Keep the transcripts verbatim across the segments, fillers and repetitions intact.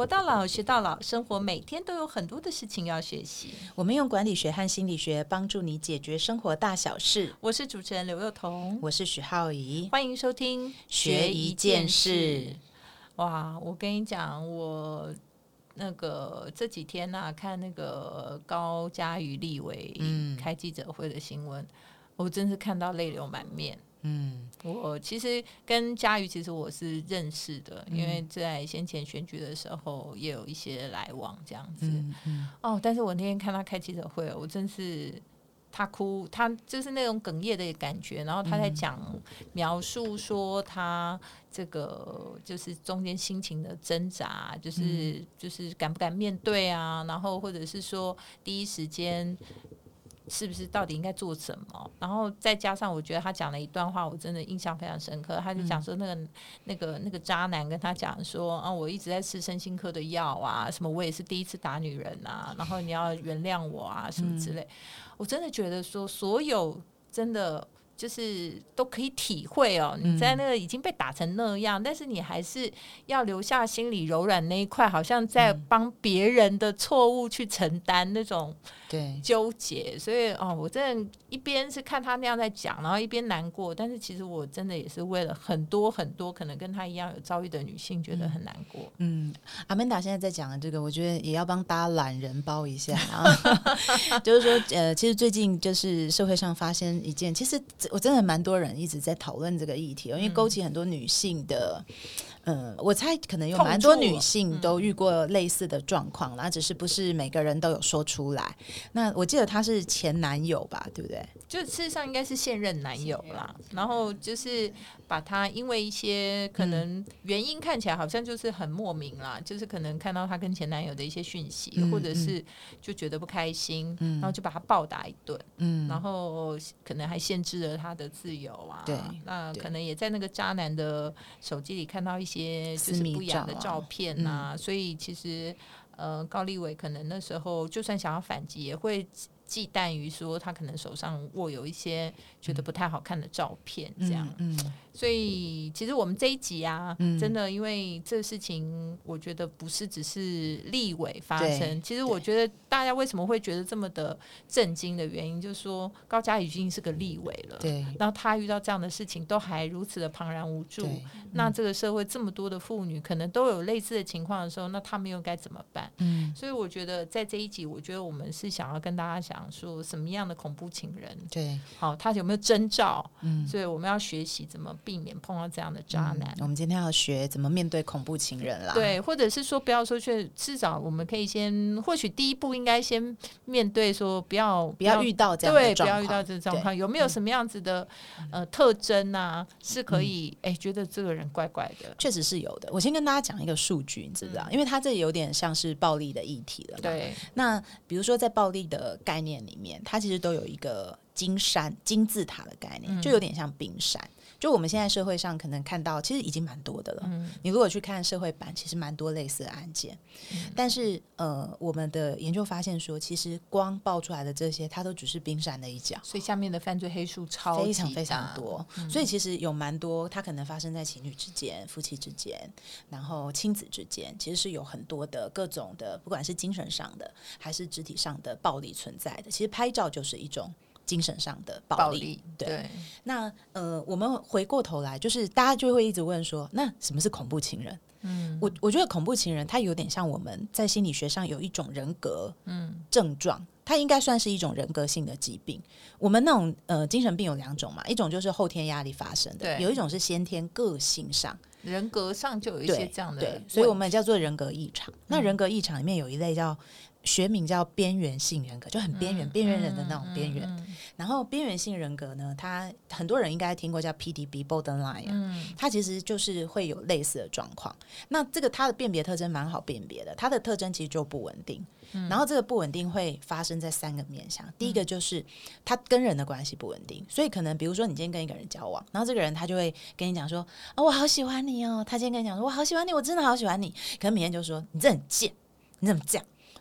活到老学到老，生活每天都有很多的事情要学习。 我们用管理学和心理学帮助你解决生活大小事。 我是主持人刘幼彤， 我是许浩怡， 欢迎收听学一件事。 哇，我跟你讲，我那个这几天啊，看那个高嘉瑜立委开记者会的新闻，嗯、我真是看到泪流满面。嗯，我其实跟嘉瑜其实我是认识的，因为在先前选举的时候也有一些来往这样子。嗯嗯、哦，但是我那天看他开记者会，我真是他哭，他就是那种哽咽的感觉，然后他在讲、嗯、描述说他这个就是中间心情的挣扎，就是、嗯、就是敢不敢面对啊，然后或者是说第一时间是不是到底应该做什么？然后再加上我觉得他讲了一段话，我真的印象非常深刻。他就讲说那个、嗯、那个那个渣男跟他讲说啊，我一直在吃身心科的药啊，什么我也是第一次打女人啊，然后你要原谅我啊，什么之类。嗯、我真的觉得说，所有真的就是都可以体会哦。你在那个已经被打成那样，嗯、但是你还是要留下心里柔软那一块，好像在帮别人的错误去承担那种。对，纠结，所以哦，我真的一边是看他那样在讲，然后一边难过，但是其实我真的也是为了很多很多可能跟他一样有遭遇的女性觉得很难过。嗯， 阿曼达现在在讲的这个，我觉得也要帮大家懒人包一下啊，就是说，呃，其实最近就是社会上发生一件，其实我真的蛮多人一直在讨论这个议题，因为勾起很多女性的。嗯，我猜可能有蛮多女性都遇过类似的状况啦，嗯、只是不是每个人都有说出来。那我记得他是前男友吧，对不对？ 就事实上应该是现任男友啦。然后就是把他因为一些可能原因看起来好像就是很莫名啦，嗯、就是可能看到他跟前男友的一些讯息，嗯、或者是就觉得不开心，嗯、然后就把他暴打一顿，嗯、然后可能还限制了他的自由啊。对，那可能也在那个渣男的手机里看到一些。些就是不雅的照片啊，嗯、所以其实呃高立伟可能那时候就算想要反击，也会忌惮于说他可能手上握有一些觉得不太好看的照片这样。嗯嗯、所以其实我们这一集啊，嗯、真的因为这事情，我觉得不是只是立委发生，其实我觉得大家为什么会觉得这么的震惊的原因，就是说高嘉瑜已经是个立委了，对，然后他遇到这样的事情都还如此的茫然无助，嗯、那这个社会这么多的妇女可能都有类似的情况的时候，那他们又该怎么办？嗯，所以我觉得在这一集，我觉得我们是想要跟大家讲说什么样的恐怖情人，对，好，他有没有征兆？嗯，所以我们要学习怎么避免碰到这样的渣男。 嗯、我们今天要学怎么面对恐怖情人啦， 对，或者是说不要说去，至少我们可以先，或许第一步应该先面对说不要不要遇到这样的状况， 对，不要遇到这状况，有没有什么样子的、嗯、呃特征啊，是可以哎、嗯、觉得这个人怪怪的？ 确实是有的。我先跟大家讲一个数据，你知道，嗯、因为它这有点像是暴力的议题了嘛。对，那比如说在暴力的概念里面，它其实都有一个金山金字塔的概念，就有点像冰山。就我们现在社会上可能看到，其实已经蛮多的了。嗯、你如果去看社会版，其实蛮多类似的案件。嗯、但是呃，我们的研究发现说，其实光爆出来的这些，它都只是冰山的一角， 所以下面的犯罪黑数超级非常非常多。嗯、所以其实有蛮多，它可能发生在情侣之间、夫妻之间，然后亲子之间，其实是有很多的各种的，不管是精神上的还是肢体上的暴力存在的。其实拍照就是一种精神上的暴力，暴力 对, 对。那呃，我们回过头来，就是大家就会一直问说，那什么是恐怖情人？嗯，我我觉得恐怖情人，它有点像我们在心理学上有一种人格症状，嗯、它应该算是一种人格性的疾病。我们那种呃精神病有两种嘛，一种就是后天压力发生的，有一种是先天个性上。 人格上就有一些这样的， 对，对，所以我们叫做人格异常。嗯、那人格异常里面有一类叫学名叫边缘性人格，就很边缘、边缘人的那种边缘。嗯嗯嗯、然后边缘性人格呢，它很多人应该听过叫 P D B borderline，嗯、它其实就是会有类似的状况。那这个它的辨别特征蛮好辨别的，它的特征其实就不稳定。嗯、然后这个不稳定会发生在三个面向，第一个就是他跟人的关系不稳定，所以可能比如说你今天跟一个人交往，然后这个人他就会跟你讲说、哦、我好喜欢你哦，他今天跟你讲说我好喜欢你，我真的好喜欢你，可能明天就说你这很贱，你怎么这样，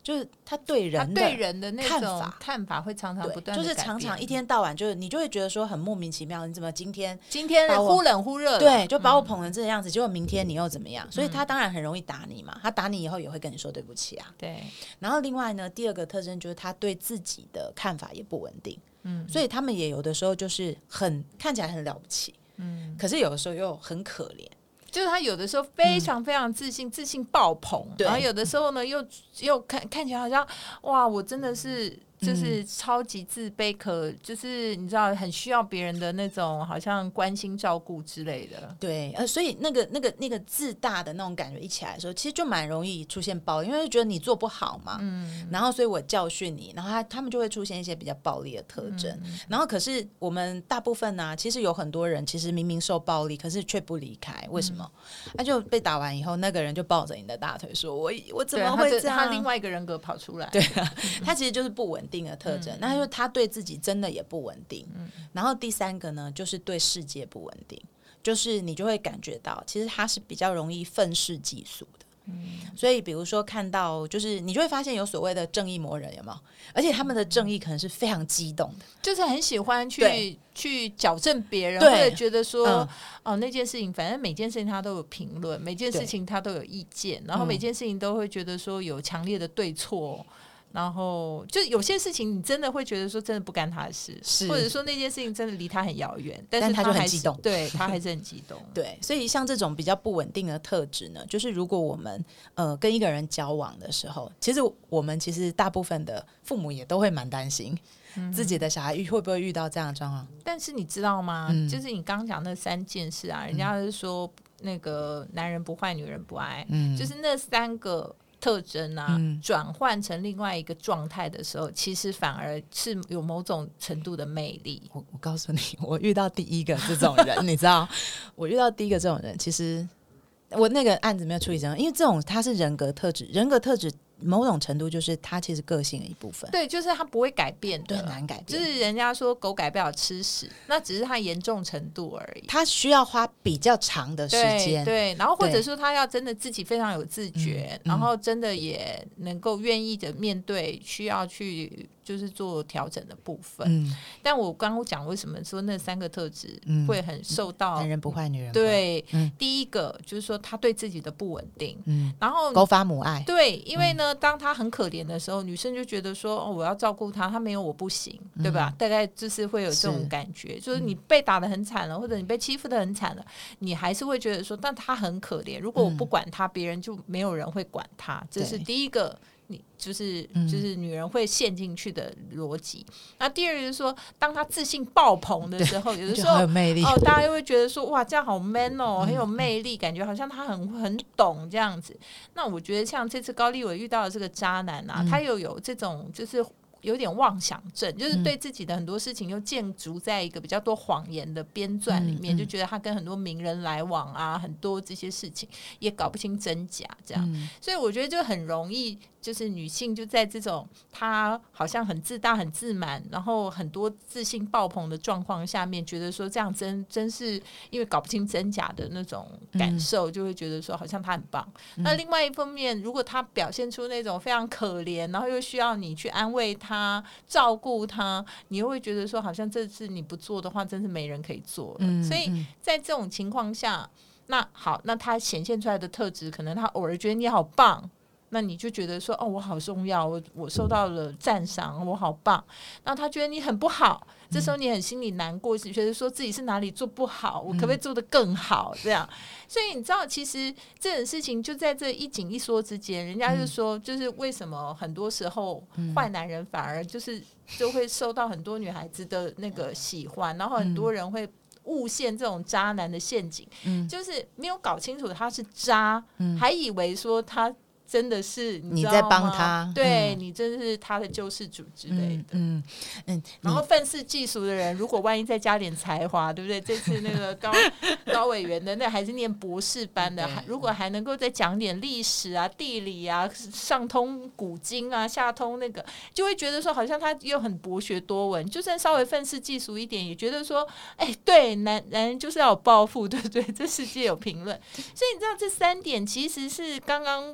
就是他对人的他对人的那看种法看法会常常不断的就是常常一天到晚就是你就会觉得说很莫名其妙，你怎么今天今天忽冷忽热， 对，就把我捧成这个样子，嗯、结果明天你又怎么样？所以他当然很容易打你嘛，他打你以后也会跟你说对不起啊。 对。 然后另外呢，第二个特征就是他对自己的看法也不稳定，嗯，所以他们也有的时候就是很看起来很了不起，嗯，可是有的时候又很可怜。 就是他有的时候非常非常自信，嗯、自信爆棚，然后有的时候呢，又又看看起来好像哇，我真的是就是超级自卑，可就是你知道很需要别人的那种好像关心照顾之类的。 对，呃，所以那个那个那个自大的那种感觉一起来的时候，其实就蛮容易出现暴力，因为觉得你做不好嘛，嗯，然后所以我教训你，然后他他们就会出现一些比较暴力的特征。嗯、然后可是我们大部分呢、啊，其实有很多人其实明明受暴力，可是却不离开，为什么？他就被打完以后，那个人就抱着你的大腿说：“我我怎么会这样？” 他, 他另外一个人格跑出来， 对啊，他其实就是不稳定的特征。嗯、那就他对自己真的也不稳定。嗯、然后第三个呢，就是对世界不稳定，就是你就会感觉到，其实他是比较容易愤世嫉俗的。嗯、所以比如说看到就是你就会发现有所谓的正义魔人，有没有？而且他们的正义可能是非常激动的， 就是很喜欢去去矫正别人，或者觉得说、嗯、哦那件事情反正每件事情他都有评论，每件事情他都有意见，然后每件事情都会觉得说有强烈的对错，然后就有些事情你真的会觉得说真的不干他的事，或者说那件事情真的离他很遥远，但是他就很激动， 对他还是很激动。 对，所以像这种比较不稳定的特质呢，就是如果我们呃跟一个人交往的时候，其实我们其实大部分的父母也都会蛮担心、嗯、自己的小孩会不会遇到这样的状况。 但是你知道吗、嗯、就是你刚讲那三件事啊，人家是说那个男人不坏女人不爱、嗯、就是那三个特征啊，转换成另外一个状态的时候，其实反而是有某种程度的魅力。 我我告诉你，我遇到第一个这种人，你知道，我遇到第一个这种人，其实我那个案子没有处理成，因为这种他是人格特质，人格特质某种程度就是他其实个性的一部分。 对，就是他不会改变的， 对，很难改变。 就是人家说狗改不了吃屎，那只是他严重程度而已。 他需要花比较长的时间， 对，对，然后或者说他要真的自己非常有自觉，嗯、然后真的也能够愿意的面对需要去就是做调整的部分。嗯、但我刚刚讲为什么说那三个特质会很受到、嗯、 男人不坏女人不坏。对、嗯，第一个就是说他对自己的不稳定，嗯，然后勾发母爱。 对，因为呢。嗯当他很可怜的时候，女生就觉得说、哦、我要照顾他，他没有我不行，对吧、嗯、大概就是会有这种感觉，是就是你被打得很惨了，或者你被欺负得很惨了，你还是会觉得说但他很可怜，如果我不管他、嗯、别人就没有人会管他，这是第一个你就是就是女人会陷进去的逻辑。那、嗯、第二个就是说当她自信爆棚的时候，有的时候有魅力哦，大家又会觉得说哇这样好 man 哦、嗯、很有魅力，感觉好像他很很懂这样子。那我觉得像这次高立伟遇到的这个渣男啊、嗯、他又有这种就是有点妄想症，就是对自己的很多事情又建筑在一个比较多谎言的编撰里面、嗯嗯、就觉得他跟很多名人来往啊，很多这些事情也搞不清真假这样、嗯、所以我觉得就很容易就是女性就在这种她好像很自大很自满然后很多自信爆棚的状况下面，觉得说这样真真是因为搞不清真假的那种感受、嗯、就会觉得说好像她很棒、嗯、那另外一方面如果她表现出那种非常可怜然后又需要你去安慰她他照顾他，你又会觉得说好像这次你不做的话真是没人可以做了、嗯、所以在这种情况下，那好，那他显现出来的特质可能他偶尔觉得你好棒，那你就觉得说哦我好重要，我我受到了赞赏，我好棒，然后他觉得你很不好，这时候你很心里难过，觉得说自己是哪里做不好，我可不可以做得更好这样。所以你知道其实这种事情就在这一紧一缩之间，人家就说就是为什么很多时候坏男人反而就是就会受到很多女孩子的那个喜欢，然后很多人会误陷这种渣男的陷阱、嗯、就是没有搞清楚他是渣、嗯、还以为说他真的是 你, 你在帮他， 对、嗯、你真是他的救世主之类的。嗯嗯嗯、然后愤世嫉俗的人如果万一再加点才华，对不对？这次那个高高委员的那还是念博士班的，如果还能够再讲点历史啊地理啊，上通古今啊，下通那个，就会觉得说好像他又很博学多闻，就算稍微愤世嫉俗一点也觉得说哎，对，男男人就是要有抱负，对不对？这世界有评论。所以你知道这三点其实是刚刚致命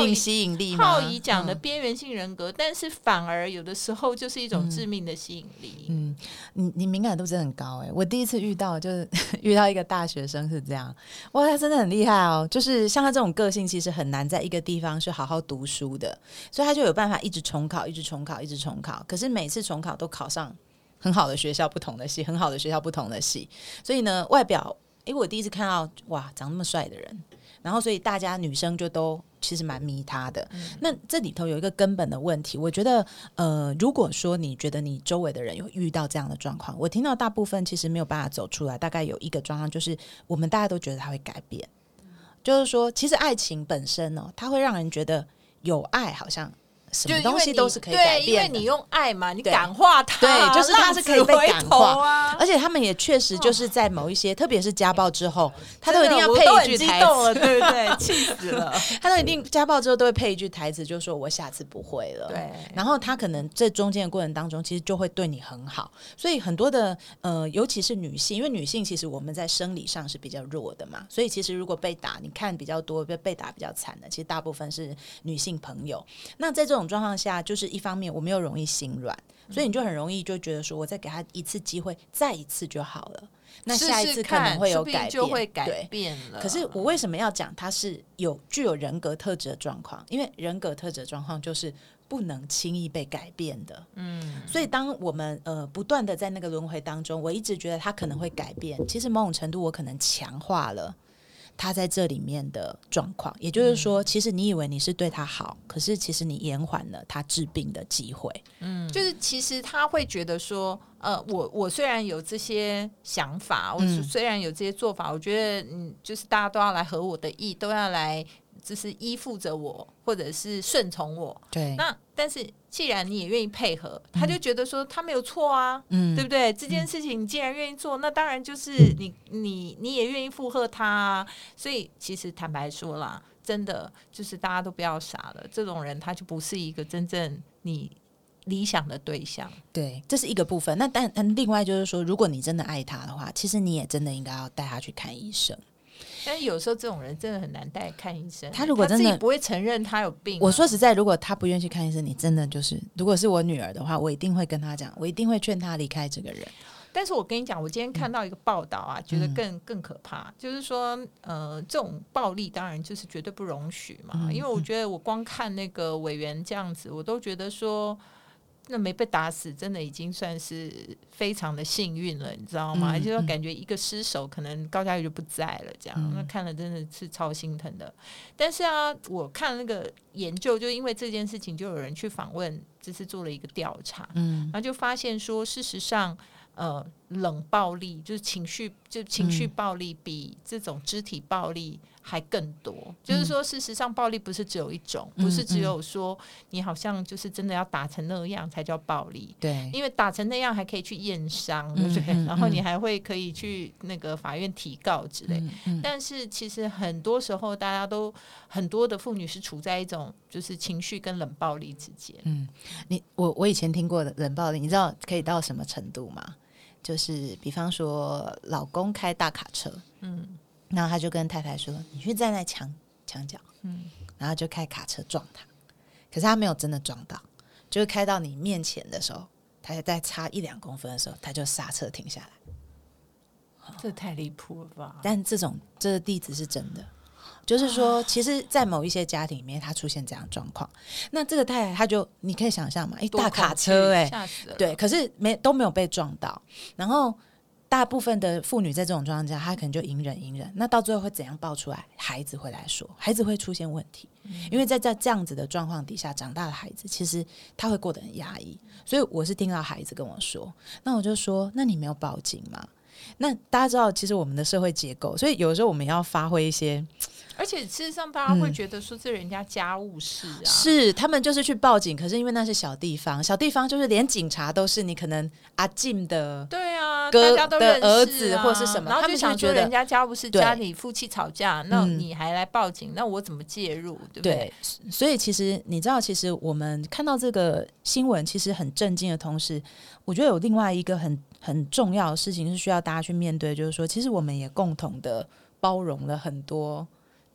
性吸引力吗？ 浩怡讲的边缘性人格、嗯，但是反而有的时候就是一种致命的吸引力。 嗯，嗯你你敏感度真的很高哎、欸！我第一次遇到就是遇到一个大学生是这样，哇，他真的很厉害哦！就是像他这种个性，其实很难在一个地方是好好读书的，所以他就有办法一直重考，一直重考，一直重考。可是每次重考都考上很好的学校，不同的系，很好的学校，不同的系。所以呢，外表，因为我第一次看到哇，长那么帅的人。然后所以大家女生就都其实蛮迷他的、嗯、那这里头有一个根本的问题，我觉得呃，如果说你觉得你周围的人有遇到这样的状况，我听到大部分其实没有办法走出来，大概有一个状况就是我们大家都觉得他会改变、嗯、就是说其实爱情本身哦，它会让人觉得有爱好像什么东西都是可以改变的， 对，因为你用爱嘛，你感化他， 对，就是他是可以被感化啊。 而且他们也确实就是在某一些，特别是家暴之后，他都一定要配一句台词， 了对不对？气死了！ 他都一定家暴之后都会配一句台词，就说我下次不会了。 对， 然后他可能这中间的过程当中，其实就会对你很好。所以很多的呃，尤其是女性，因为女性其实我们在生理上是比较弱的嘛，所以其实如果被打，你看比较多被打比较惨的，其实大部分是女性朋友。那在这种状况下，就是一方面我们又容易心软，所以你就很容易就觉得说我再给他一次机会，再一次就好了，那下一次可能会有改变， 就会改变了。 可是我为什么要讲它是有具有人格特质的状况？因为人格特质的状况就是不能轻易被改变的。嗯，所以当我们呃不断的在那个轮回当中，我一直觉得他可能会改变，其实某种程度我可能强化了他在这里面的状况，也就是说、嗯、其实你以为你是对他好，可是其实你延缓了他治病的机会。 嗯，就是其实他会觉得说呃，我我虽然有这些想法，我虽然有这些做法、嗯、我觉得嗯，就是大家都要来合我的意，都要来就是依附着我或者是顺从我。 对， 那但是既然你也愿意配合、嗯、他就觉得说他没有错啊， 嗯， 对不对？这件事情你既然愿意做、嗯、那当然就是你你你也愿意附和他啊。所以其实坦白说啦，真的就是大家都不要傻了，这种人他就不是一个真正你理想的对象。 对，这是一个部分。那但但另外就是说，如果你真的爱他的话，其实你也真的应该要带他去看医生。 但是有时候这种人真的很难带看医生， 他如果真的他自己不会承认他有病、啊、 我说实在，如果他不愿意去看医生，你真的就是如果是我女儿的话，我一定会跟他讲，我一定会劝他离开这个人。 但是我跟你讲，我今天看到一个报道啊、嗯、觉得更更可怕，就是说呃，这种暴力当然就是绝对不容许嘛、嗯、因为我觉得我光看那个委员这样子，我都觉得说那没被打死真的已经算是非常的幸运了，你知道吗？嗯、就是感觉一个失手可能高嘉瑜就不在了这样、嗯、那看了真的是超心疼的。但是啊，我看那个研究，就因为这件事情就有人去访问，就是做了一个调查、嗯、然后就发现说事实上呃，冷暴力就是情绪，就情绪暴力比这种肢体暴力还更多、嗯、就是说事实上暴力不是只有一种、嗯、不是只有说你好像就是真的要打成那样才叫暴力。 对， 因为打成那样还可以去验伤、嗯、对不对、嗯、然后你还会可以去那个法院提告之类、嗯嗯、但是其实很多时候大家都很多的妇女是处在一种就是情绪跟冷暴力之间。 嗯，你我我以前听过的冷暴力，你知道可以到什么程度吗？就是比方说老公开大卡车，嗯，然后他就跟太太说你去站在墙墙角，嗯，然后就开卡车撞他，可是他没有真的撞到，就是开到你面前的时候，他在差一两公分的时候他就刹车停下来。 这太离谱了吧。 但这种这个例子是真的，就是说其实在某一些家庭里面他出现这样的状况，那这个太太他就你可以想象嘛，一大卡车哎、欸，对，可是没都没有被撞到，然后大部分的妇女在这种状况下她可能就隐忍隐忍，那到最后会怎样爆出来？孩子会来说，孩子会出现问题、嗯、因为在这样子的状况底下长大的孩子其实他会过得很压抑，所以我是听到孩子跟我说，那我就说那你没有报警吗？那大家知道其实我们的社会结构，所以有的时候我们要发挥一些， 而且事实上大家会觉得说这人家家务事啊、嗯、 是他们就是去报警，可是因为那是小地方，小地方就是连警察都是你可能阿进的对啊哥大家都认识、啊、 的儿子或是什么， 然后就想说人家家务事，家里夫妻吵架，那你还来报警、嗯、那我怎么介入，对不对？ 对，所以其实你知道其实我们看到这个新闻其实很震惊的同时，我觉得有另外一个很很重要的事情是需要大家去面对，就是说其实我们也共同的包容了很多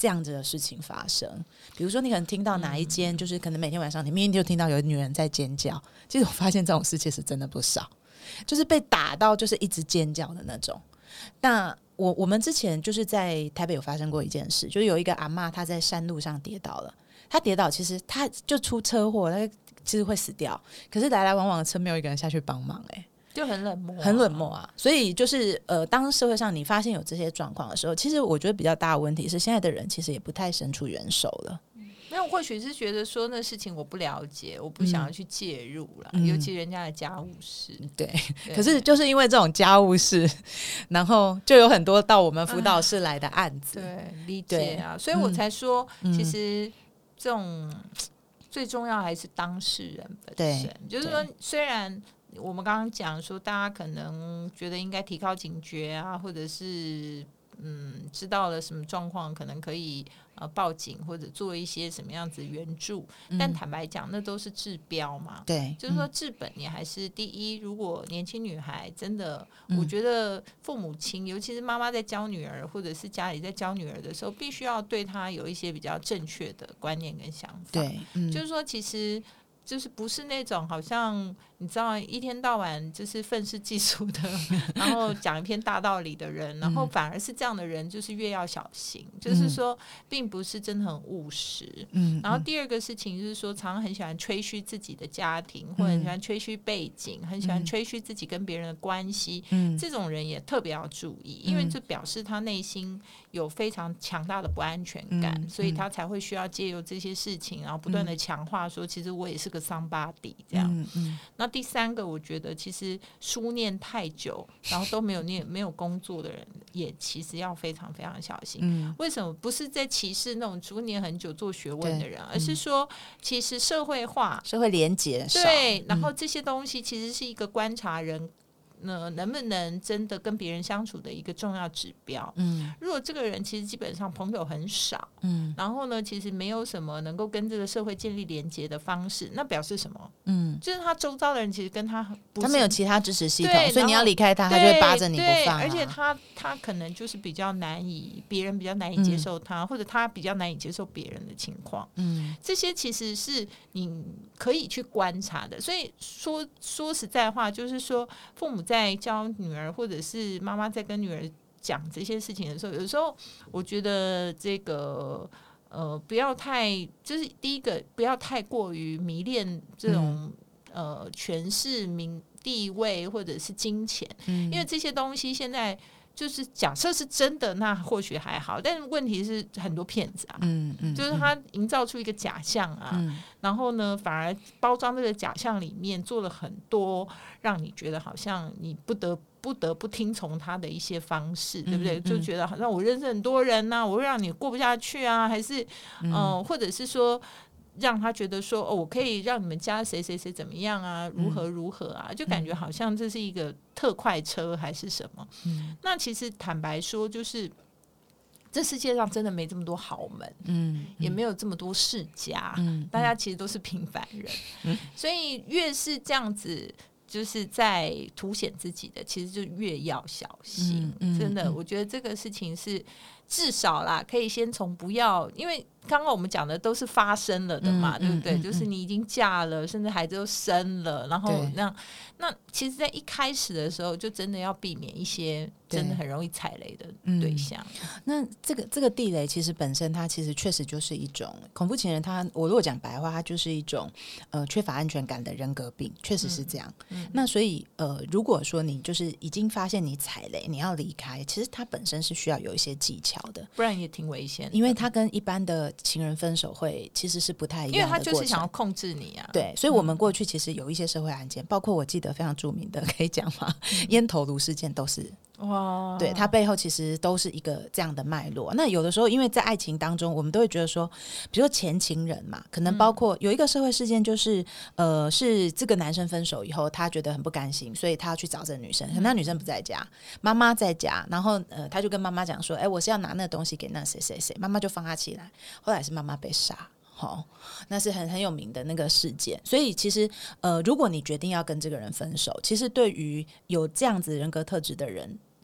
这样子的事情发生。比如说你可能听到哪一间、嗯、就是可能每天晚上你明明就听到有女人在尖叫，其实我发现这种事其实真的不少，就是被打到就是一直尖叫的那种。那我我们之前就是在台北有发生过一件事，就是有一个阿嬷她在山路上跌倒了，她跌倒其实她就出车祸，她其实会死掉，可是来来往往的车没有一个人下去帮忙、欸就很冷漠、啊， 很冷漠啊。所以就是呃，当社会上你发现有这些状况的时候，其实我觉得比较大的问题是，现在的人其实也不太伸出援手了。 没有，或许是觉得说那事情我不了解，我不想要去介入了、嗯，尤其人家的家务事。 对，对，可是就是因为这种家务事，然后就有很多到我们辅导室来的案子。 啊、对，理解啊，所以我才说，嗯、其实这种最重要还是当事人本身。就是说，虽然我们刚刚讲说，大家可能觉得应该提高警觉啊，或者是嗯，知道了什么状况，可能可以呃报警或者做一些什么样子援助。嗯、但坦白讲，那都是治标嘛。 对， 就是说治本也还是第一。如果年轻女孩真的，嗯、我觉得父母亲，尤其是妈妈在教女儿，或者是家里在教女儿的时候，必须要对她有一些比较正确的观念跟想法。 对，嗯、 就是说其实。就是不是那种好像你知道一天到晚就是愤世嫉俗的，然后讲一篇大道理的人，然后反而是这样的人就是越要小心，嗯、就是说并不是真的很务实。嗯，然后第二个事情就是说，常常很喜欢吹嘘自己的家庭，嗯、或者很喜欢吹嘘背景，很喜欢吹嘘自己跟别人的关系。嗯，这种人也特别要注意，因为这表示他内心有非常强大的不安全感，嗯、所以他才会需要借由这些事情，然后不断的强化说，其实我也是个somebody 这样。嗯嗯、那第三个我觉得其实书念太久然后都没有念没有工作的人也其实要非常非常小心。嗯、为什么不是在歧视那种书念很久做学问的人，而是说其实社会化社会连结少， 对，然后这些东西其实是一个观察人呢能不能真的跟别人相处的一个重要指标。嗯，如果这个人其实基本上朋友很少，嗯，然后呢其实没有什么能够跟这个社会建立连结的方式，那表示什么？嗯，就是他周遭的人其实跟他不是他没有其他支持系统，所以你要离开他，他就会扒着你不放、啊、 而且他他可能就是比较难以别人比较难以接受他、嗯、或者他比较难以接受别人的情况。嗯，这些其实是你可以去观察的。所以说说实在话，就是说父母在教女儿，或者是妈妈在跟女儿讲这些事情的时候，有时候我觉得这个呃不要太，就是第一个不要太过于迷恋这种、嗯、呃权势、名地位或者是金钱、嗯、因为这些东西现在就是假设是真的，那或许还好，但是问题是很多骗子啊，嗯嗯，就是他营造出一个假象啊、嗯，然后呢，反而包装这个假象里面做了很多让你觉得好像你不得不得不听从他的一些方式，对不对？嗯嗯、就觉得好像我认识很多人呐、啊，我会让你过不下去啊，还是嗯、呃，或者是说。让他觉得说哦，我可以让你们家谁谁谁怎么样啊，如何如何啊，就感觉好像这是一个特快车还是什么。嗯、那其实坦白说，就是这世界上真的没这么多豪门，嗯，也没有这么多世家，嗯，大家其实都是平凡人，嗯，所以越是这样子。就是在凸显自己的，其实就越要小心。嗯嗯、真的，我觉得这个事情是至少啦，可以先从不要，因为刚刚我们讲的都是发生了的嘛，嗯、对不对？嗯、就是你已经嫁了，甚至孩子都生了，然后那那其实，在一开始的时候，就真的要避免一些真的很容易踩雷的对象。 嗯、那这个这个地雷，其实本身它其实确实就是一种恐怖情人他，我如果讲白话，它就是一种呃缺乏安全感的人格病，确实是这样。嗯那所以呃，如果说你就是已经发现你踩雷，你要离开，其实它本身是需要有一些技巧的， 不然也挺危险的。 因为它跟一般的情人分手会其实是不太一样的， 因为他就是想要控制你啊。 对，所以我们过去其实有一些社会案件，嗯、包括我记得非常著名的，可以讲吗？嗯、烟头炉事件都是。哇，对，它背后其实都是一个这样的脉络。那有的时候因为在爱情当中我们都会觉得说，比如说前情人嘛，可能包括有一个社会事件就是、嗯、呃，是这个男生分手以后他觉得很不甘心，所以他要去找这个女生，可能那女生不在家，妈妈在家，然后呃，他就跟妈妈讲说，哎，我是要拿那个东西给那谁谁谁，妈妈就放他起来，后来是妈妈被杀。哦，那是很很有名的那个事件。所以其实呃，如果你决定要跟这个人分手，其实对于有这样子人格特质的人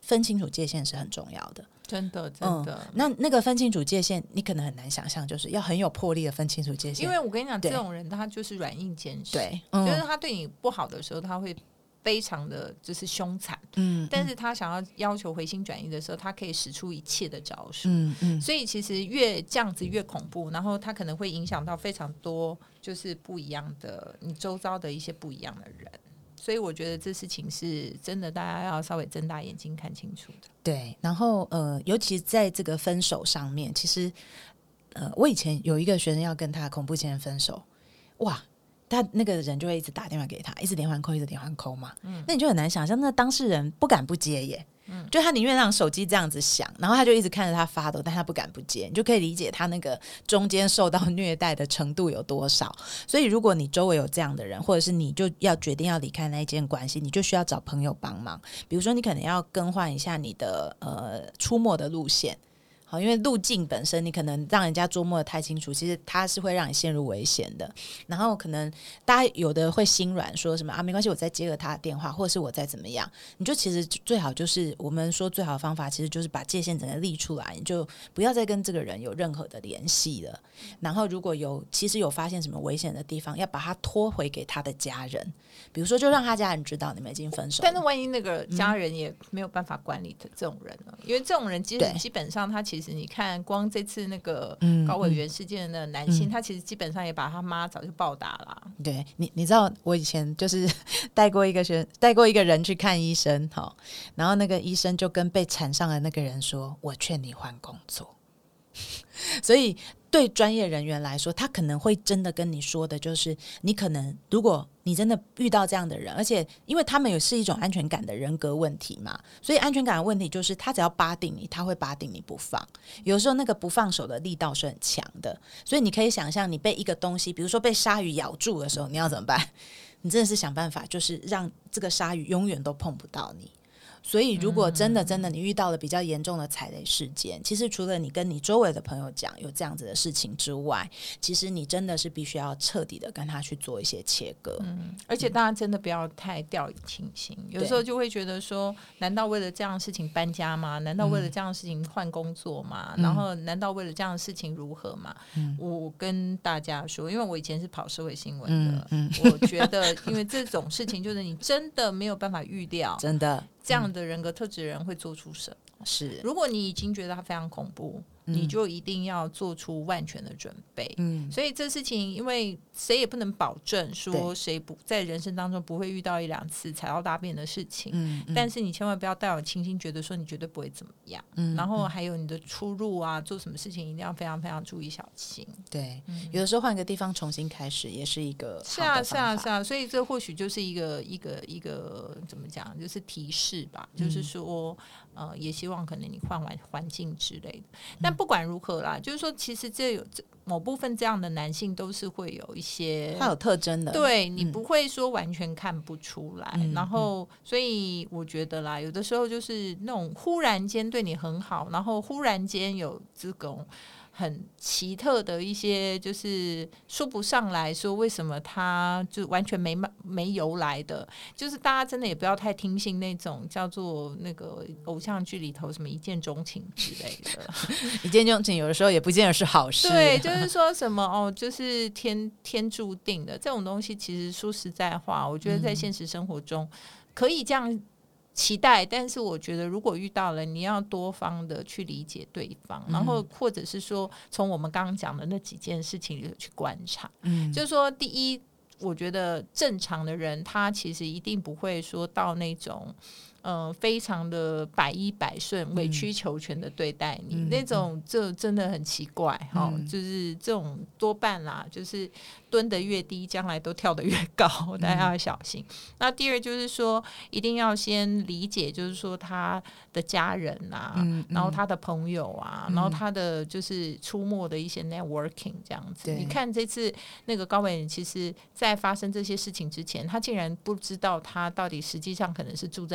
分清楚界限是很重要的。 真的真的、 嗯、那那个分清楚界限你可能很难想象，就是要很有魄力的分清楚界限。 因为我跟你讲，这种人他就是软硬兼施， 对、 嗯、就是他对你不好的时候他会非常的就是凶残，嗯，但是他想要要求回心转意的时候，他可以使出一切的招数，嗯嗯，所以其实越这样子越恐怖，然后他可能会影响到非常多就是不一样的你周遭的一些不一样的人，所以我觉得这事情是真的大家要稍微睁大眼睛看清楚的。 对，然后呃，尤其在这个分手上面，其实呃，我以前有一个学生要跟他恐怖情人分手，哇，他那个人就会一直打电话给他，一直连环扣，一直连环扣嘛、嗯、那你就很难想象那当事人不敢不接耶，嗯，就他宁愿让手机这样子响，然后他就一直看着他发抖，但他不敢不接，你就可以理解他那个中间受到虐待的程度有多少。所以如果你周围有这样的人，或者是你就要决定要离开那一间关系，你就需要找朋友帮忙，比如说你可能要更换一下你的呃出没的路线，好，因为路径本身你可能让人家捉摸的太清楚，其实它是会让你陷入危险的。然后可能大家有的会心软说什么啊没关系我再接个他的电话，或者是我再怎么样，你就其实最好就是我们说最好的方法其实就是把界限整个立出来，你就不要再跟这个人有任何的联系了。然后如果有其实有发现什么危险的地方，要把他拖回给他的家人，比如说就让他家人知道你们已经分手了。 但是万一那个家人也没有办法管理的这种人呢、嗯、因为这种人基本基本上他其实你看光这次那个高委员事件的男性、嗯嗯、他其实基本上也把他妈早就暴打了。 对，你你知道我以前就是带过一个学带过一个人去看医生，然后那个医生就跟被缠上的那个人说我劝你换工作。所以对专业人员来说，他可能会真的跟你说的就是你可能如果你真的遇到这样的人，而且因为他们也是一种安全感的人格问题嘛，所以安全感的问题就是他只要扒定你，他会扒定你不放，有时候那个不放手的力道是很强的。所以你可以想象你被一个东西比如说被鲨鱼咬住的时候你要怎么办，你真的是想办法就是让这个鲨鱼永远都碰不到你。所以如果真的真的你遇到了比较严重的踩雷事件，其实除了你跟你周围的朋友讲有这样子的事情之外，其实你真的是必须要彻底的跟他去做一些切割、 嗯、而且大家真的不要太掉以轻心、嗯、有时候就会觉得说难道为了这样的事情搬家吗？难道为了这样的事情换工作吗、嗯、然后难道为了这样的事情如何吗、嗯、我跟大家说，因为我以前是跑社会新闻的、嗯嗯、我觉得因为这种事情就是你真的没有办法预料真的这样的人格特质的人会做出什么。是，如果你已经觉得他非常恐怖、嗯、你就一定要做出万全的准备、嗯、所以这事情因为谁也不能保证说谁不在人生当中不会遇到一两次踩到大便的事情、嗯嗯、但是你千万不要带有轻心觉得说你绝对不会怎么样、嗯、然后还有你的出入啊做什么事情一定要非常非常注意小心。 对、嗯、有的时候换个地方重新开始也是一个好的方法。 是啊是啊是啊，所以这或许就是一个一个一个怎么讲就是提示吧、嗯、就是说呃，也希望可能你换完环境之类的。但不管如何啦、嗯、就是说其实这有某部分这样的男性都是会有一些他有特征的， 对你不会说完全看不出来、嗯、然后所以我觉得啦有的时候就是那种忽然间对你很好，然后忽然间有这种很奇特的一些就是说不上来说为什么他就完全没没由来的，就是大家真的也不要太听信那种叫做那个偶像剧里头什么一见钟情之类的一见钟情有的时候也不见得是好事。 对，就是说什么哦就是天天注定的这种东西，其实说实在话我觉得在现实生活中可以这样期待，但是我觉得如果遇到了你要多方的去理解对方、嗯、然后或者是说从我们刚刚讲的那几件事情里去观察、嗯、就是说第一我觉得正常的人他其实一定不会说到那种呃，非常的百依百顺、委曲求全的对待你、嗯、那种就真的很奇怪、嗯哦、就是这种多半啦就是蹲得越低将来都跳得越高，大家要小心、嗯、那第二就是说一定要先理解就是说他的家人啊、嗯、然后他的朋友啊、嗯、然后他的就是出没的一些 networking 这样子。你看这次那个高委员其实在发生这些事情之前他竟然不知道他到底实际上可能是住在哪里，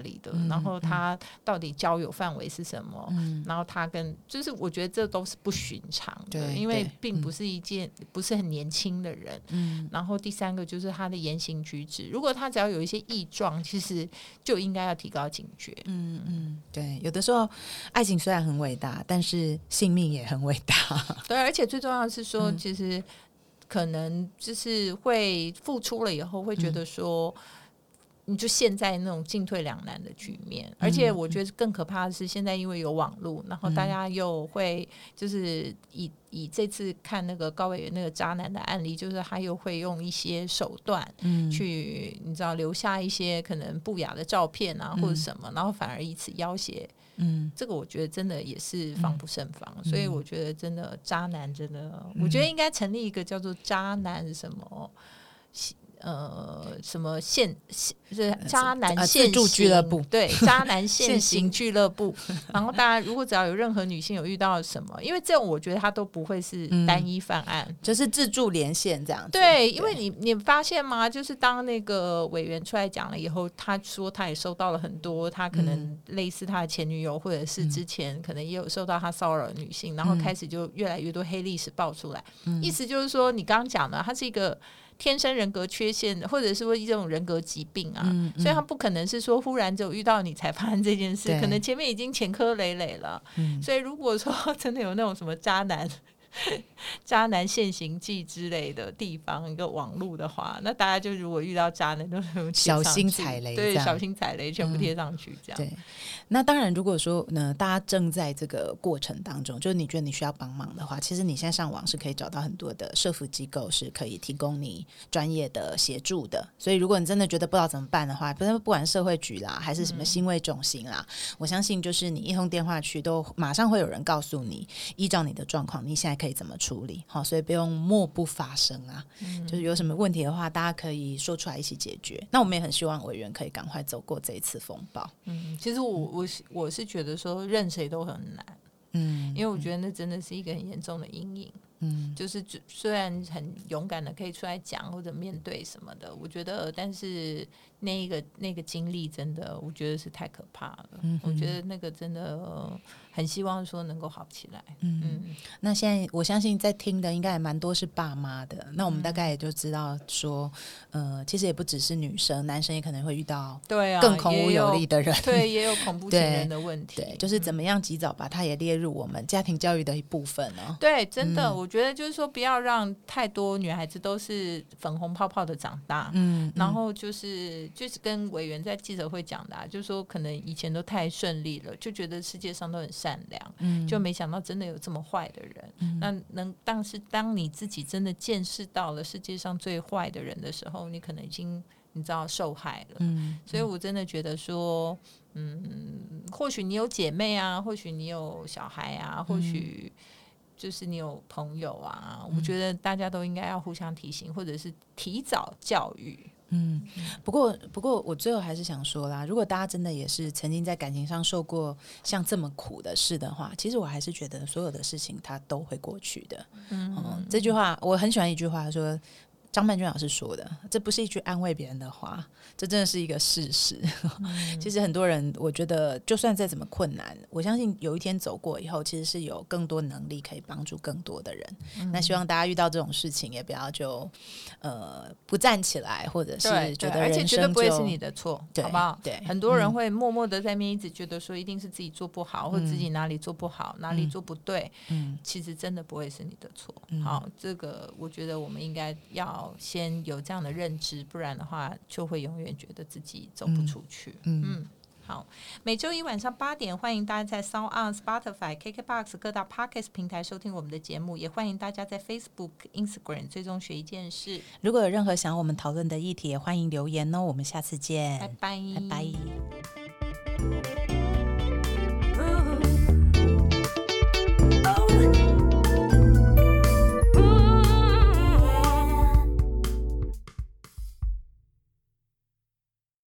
里的，嗯、然后他到底交友范围是什么，嗯、然后他跟就是我觉得这都是不寻常的，因为并不是一件、嗯、不是很年轻的人，嗯，然后第三个就是他的言行举止，如果他只要有一些异状，其实就应该要提高警觉。 嗯嗯，对，有的时候爱情虽然很伟大，但是性命也很伟大。 对，而且最重要的是说，嗯、其实可能就是会付出了以后，会觉得说。嗯你就陷在那种进退两难的局面，而且我觉得更可怕的是，现在因为有网络，然后大家又会就是以以这次看那个高委员那个渣男的案例，就是他又会用一些手段去，你知道留下一些可能不雅的照片啊或者什么，然后反而以此要挟。嗯，这个我觉得真的也是防不胜防，嗯、所以我觉得真的渣男真的，嗯、我觉得应该成立一个叫做渣男什么。呃，什么现是渣男现行俱乐部？ 对，渣男现行俱乐部。然后大家如果只要有任何女性有遇到什么，因为这种我觉得他都不会是单一犯案，嗯、 就是自助连线这样子。 对，因为你你发现吗？就是当那个委员出来讲了以后，他说他也收到了很多，他可能类似他的前女友，或者是之前可能也有受到他骚扰的女性，然后开始就越来越多黑历史爆出来。嗯、意思就是说，你刚刚讲的，他是一个。天生人格缺陷的，或者是说这种人格疾病啊，嗯嗯、所以他不可能是说忽然只有遇到你才发生这件事，可能前面已经前科累累了。嗯、所以如果说真的有那种什么渣男。渣男现行记之类的地方，一个网路的话，那大家就如果遇到渣男都小心踩雷， 对，小心踩雷，全部贴上去，这样、 嗯。对，那当然，如果说呢，大家正在这个过程当中，就是你觉得你需要帮忙的话，其实你现在上网是可以找到很多的社福机构是可以提供你专业的协助的。所以，如果你真的觉得不知道怎么办的话，不不管是社会局啦，还是什么心卫中心啦，嗯、我相信就是你一通电话去，都马上会有人告诉你，依照你的状况，你现在可以怎么处理。好，所以不用默不发声啊。嗯、就是有什么问题的话，大家可以说出来一起解决。那我们也很希望委员可以赶快走过这一次风暴。 嗯，其实我我我是觉得说认谁都很难，嗯，因为我觉得那真的是一个很严重的阴影。嗯，就是虽然很勇敢的可以出来讲或者面对什么的，我觉得，但是那一个那个经历真的，我觉得是太可怕了。嗯，我觉得那个真的很希望说能够好起来。嗯， 嗯那现在我相信在听的应该也蛮多是爸妈的，那我们大概也就知道说，呃，其实也不只是女生，男生也可能会遇到对啊更孔武有力的人， 对，也有恐怖情人的问题。 对，对就是怎么样及早把它也列入我们家庭教育的一部分呢、哦？ 对，真的。嗯我觉得就是说，不要让太多女孩子都是粉红泡泡的长大。嗯，然后就是就是跟委员在记者会讲的、啊，就是说可能以前都太顺利了，就觉得世界上都很善良，嗯，就没想到真的有这么坏的人。嗯、那能，但是当你自己真的见识到了世界上最坏的人的时候，你可能已经你知道受害了。嗯，所以我真的觉得说，嗯，或许你有姐妹啊，或许你有小孩啊，或许。就是你有朋友啊，我觉得大家都应该要互相提醒，或者是提早教育。 嗯，不过不过我最后还是想说啦，如果大家真的也是曾经在感情上受过像这么苦的事的话，其实我还是觉得所有的事情它都会过去的。嗯，嗯这句话我很喜欢一句话说。张曼娟老师说的，这不是一句安慰别人的话，这真的是一个事实。嗯、其实很多人，我觉得就算再怎么困难，我相信有一天走过以后，其实是有更多能力可以帮助更多的人。嗯、那希望大家遇到这种事情，也不要就呃不站起来，或者是觉得人生就，而且绝对不会是你的错，好不好？ 对， 很多人会默默的在面一直觉得说，一定是自己做不好，嗯、或者自己哪里做不好，哪里做不对。嗯，其实真的不会是你的错。嗯、好，这个我觉得我们应该要。先有这样的认知，不然的话就会永远觉得自己走不出去。嗯，嗯好，每周一晚上八点，欢迎大家在 SoundOn、Spotify、K K B O X 各大 Podcast 平台收听我们的节目，也欢迎大家在 Facebook、Instagram 追踪学一件事。 如果有任何想要我们讨论的议题，也欢迎留言哦。我们下次见， 拜拜， 拜拜。